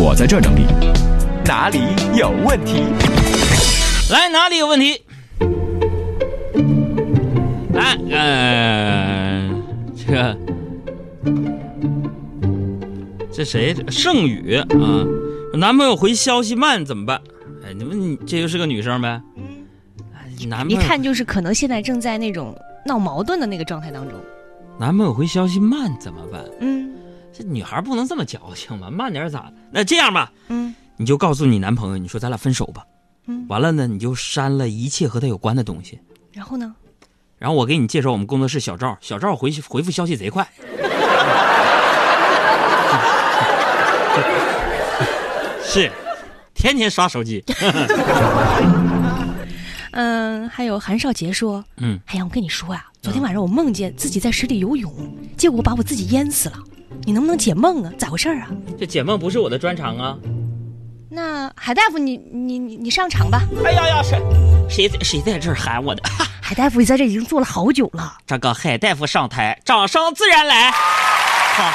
我在这整理，哪里有问题？ 来，哪里有问题？来，这谁？盛宇啊，男朋友回消息慢怎么办？哎，你这又是个女生呗？男朋友一看就是可能现在正在那种闹矛盾的那个状态当中。 男朋友回消息慢怎么办？这女孩不能这么矫情吧？慢点咋？那这样吧，你就告诉你男朋友，你说咱俩分手吧。完了呢，你就删了一切和他有关的东西。 然后呢？ 然后我给你介绍我们工作室小赵，小赵回复消息贼快。是，天天刷手机。 还有韩少杰说，哎呀，我跟你说呀，昨天晚上我梦见自己在水里游泳，结果我把我自己淹死了。你能不能解梦啊？咋回事啊？ 这解梦不是我的专长啊。 那海大夫，你上场吧。 哎呀，谁在这儿喊我的？ 海大夫，你在这已经坐了好久了。 这个海大夫上台，掌声自然来。好。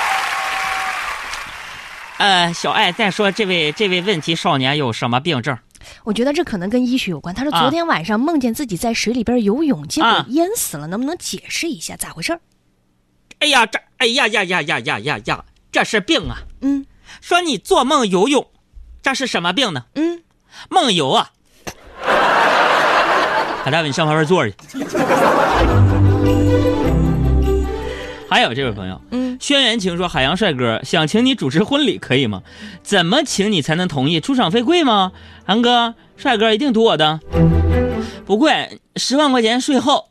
小爱，再说这位问题少年有什么病症？ 我觉得这可能跟医学有关。他说昨天晚上梦见自己在水里边游泳，结果淹死了，能不能解释一下咋回事？ 哎呀，这是病啊！说你做梦游泳，这是什么病呢？梦游啊！海大夫，你上旁边坐着去。还有这位朋友，轩辕晴说，海洋帅哥想请你主持婚礼可以吗？怎么请你才能同意？出场费贵吗？韩哥，帅哥一定图我的，不贵，10万块钱税后。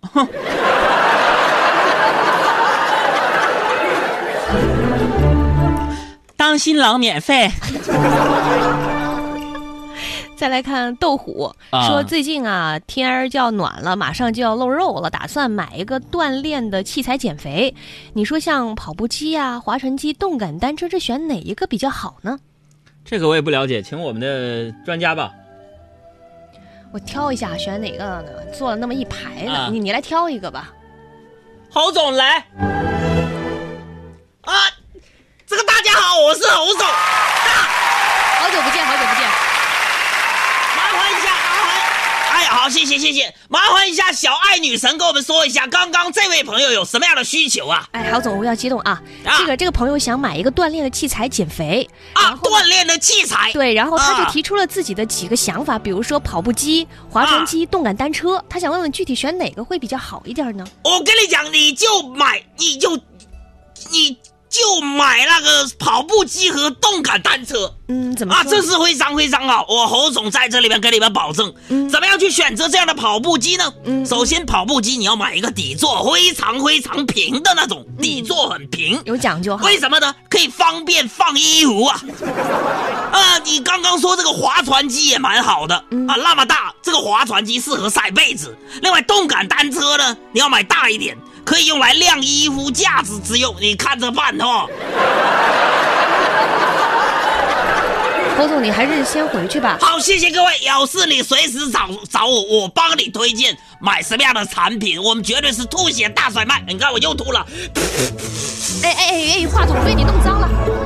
当新郎免费。 再来看豆虎说，最近天儿就要暖了，马上就要露肉了，打算买一个锻炼的器材减肥。你说像跑步机划船机、动感单车，这选哪一个比较好呢？ 这个我也不了解，请我们的专家吧。 我挑一下，选哪个呢？做了那么一排呢，你来挑一个吧。 侯总来。这个大家好，我是侯总。 好久不见。 麻烦一下，哎呀，好，谢谢。麻烦一下，小爱女神跟我们说一下，刚刚这位朋友有什么样的需求啊？ 哎，郝总，不要激动啊。这个朋友想买一个锻炼的器材减肥锻炼的器材。 对，然后他就提出了自己的几个想法，比如说跑步机、划船机、动感单车，他想问问具体选哪个会比较好一点呢？ 我跟你讲，你就买那个跑步机和动感单车。 怎么说？ 这是非常好，我侯总在这里面跟你们保证。怎么样去选择这样的跑步机呢？首先，跑步机你要买一个底座非常平的那种，底座很平， 有讲究哈。 为什么呢？可以方便放衣服啊。你刚刚说这个划船机也蛮好的那么大，这个划船机适合晒被子。另外，动感单车呢，你要买大一点，可以用来晾衣服架子之用，你看着办哦。 侯总，你还是先回去吧。 好，谢谢各位，有事你随时找我，我帮你推荐买什么样的产品，我们绝对是吐血大甩卖。你看我又吐了。 话筒被你弄脏了。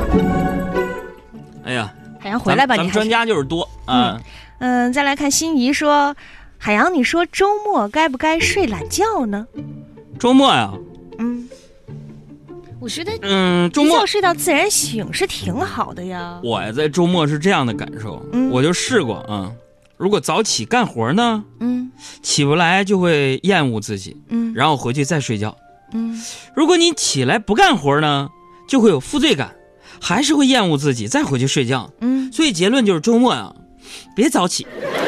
哎呀， 海洋回来吧， 咱们专家就是多再来看心仪说，海洋，你说周末该不该睡懒觉呢？ 周末呀， 我觉得周末一觉睡到自然醒是挺好的呀。 我在周末是这样的感受，我就试过如果早起干活呢，起不来就会厌恶自己，然后回去再睡觉。如果你起来不干活呢，就会有负罪感，还是会厌恶自己，再回去睡觉。所以结论就是周末别早起。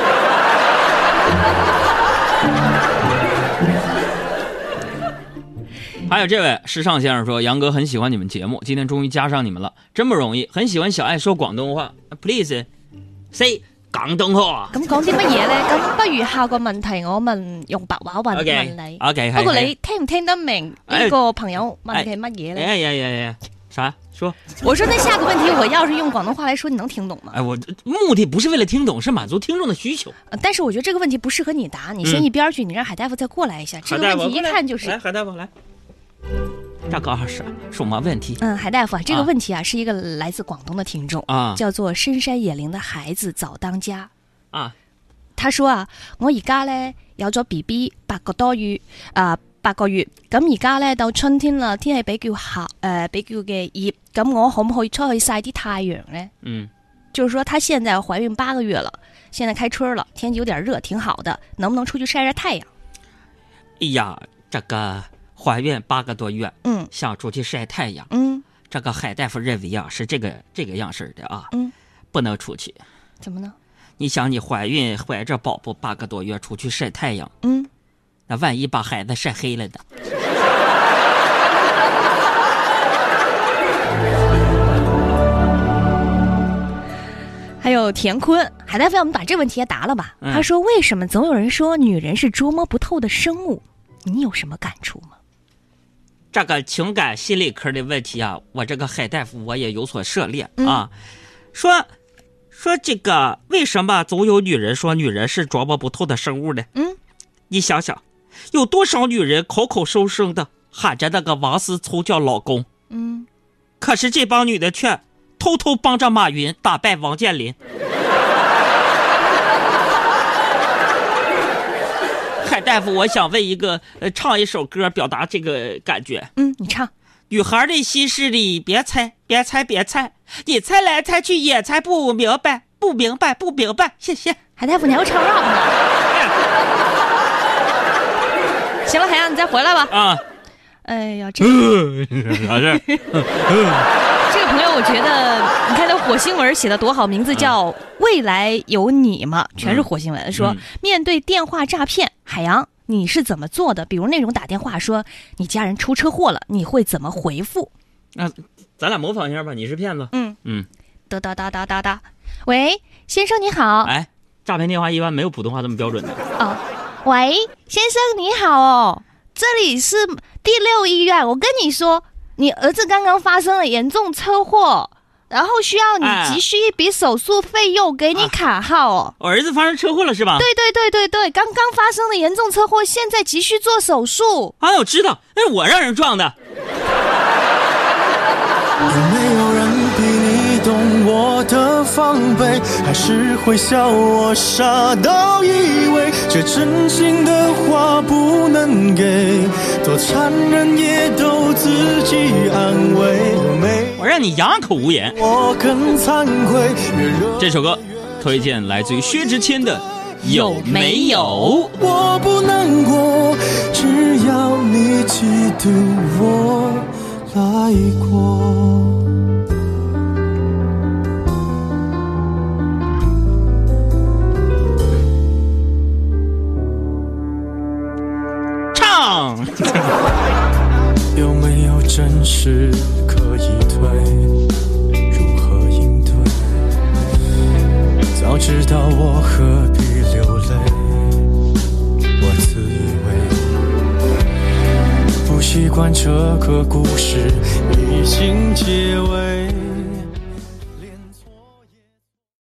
还有这位时尚先生说，杨哥很喜欢你们节目，今天终于加上你们了，真不容易，很喜欢小爱说广东话。 Please say 廣東話。 咁講啲乜嘢咧？咁不如下個問題我問用白話問你。 OK， 不過你聽唔聽得明呢個朋友問嘅係乜嘢咧？ 啥？说。 我说那下个问题我要是用广东话来说，你能听懂吗？ 我目的不是为了听懂，是满足听众的需求。 但是我觉得这个问题不适合你答，你先一边去，你让海大夫再过来一下。这个问题一看就是。 来，海大夫来。 这个是什么问题？ 海大夫啊，这个问题啊是一个来自广东的听众啊，叫做深山野林的孩子早当家啊。他說啊，我而家咧有咗 BB 8個多月8個月，咁而家咧到春天啦，天氣比較嘅熱，咁我可唔可以出去曬啲太陽呢？就是說她現在懷孕8個月了，現在開春了，天氣有點熱，挺好的，能不能出去曬曬太陽？ 哎呀，這個懷孕8個多月，想出去曬太陽，這個海大夫認為啊是這個樣式的啊，不能出去。 怎麼呢？ 你想你懷着寶寶8個多月出去曬太陽，那萬一把孩子曬黑了呢？ 还有田坤，海大夫，我们把这问题也答了吧？他说：“为什么总有人说女人是捉摸不透的生物？你有什么感触吗？” 这个情感心理科的问题啊，我这个海大夫我也有所涉猎啊。说这个为什么总有女人说女人是琢磨不透的生物呢？你想想，有多少女人口口声声的喊着那个王思聪叫老公，可是这帮女的却偷偷帮着马云打败王健林。海大夫，我想问一个，唱一首歌表达这个感觉。 你唱。 女孩的心事里，别猜，别猜，别猜，你猜来猜去也猜不明白，不明白，不明白。谢谢。 海大夫，你要唱 rap 呢？行了，海洋，你再回来吧。啊。哎呀，这个啥事？ 这个朋友，我觉得你看那火星文写的多好，名字叫未来有你嘛，全是火星文。说面对电话诈骗，海洋你是怎么做的？比如那种打电话说你家人出车祸了，你会怎么回复？ 咱俩模仿一下吧。你是骗子。 哒哒哒哒哒哒。喂，先生你好。 哎，诈骗电话一般没有普通话这么标准的。 喂，先生你好哦，这里是第6医院，我跟你说，你儿子刚刚发生了严重车祸，然后需要你急需一笔手术费用，给你卡号哦。 我儿子发生车祸了是吧？ 对，刚刚发生了严重车祸，现在急需做手术。 我知道，那是我让人撞的。 有没有人比你懂我的防备？还是会笑我傻到以为这真心的话不能给，多残忍也都自己安慰。 我让你哑口无言。 我更惭愧。 这首歌推荐来自于薛之谦的有没有？ 我不难过，只要你记得我来过。 唱。 有没有真实可以退？如何应对？早知道我何必流泪？我自以为不习惯这个故事已经结尾。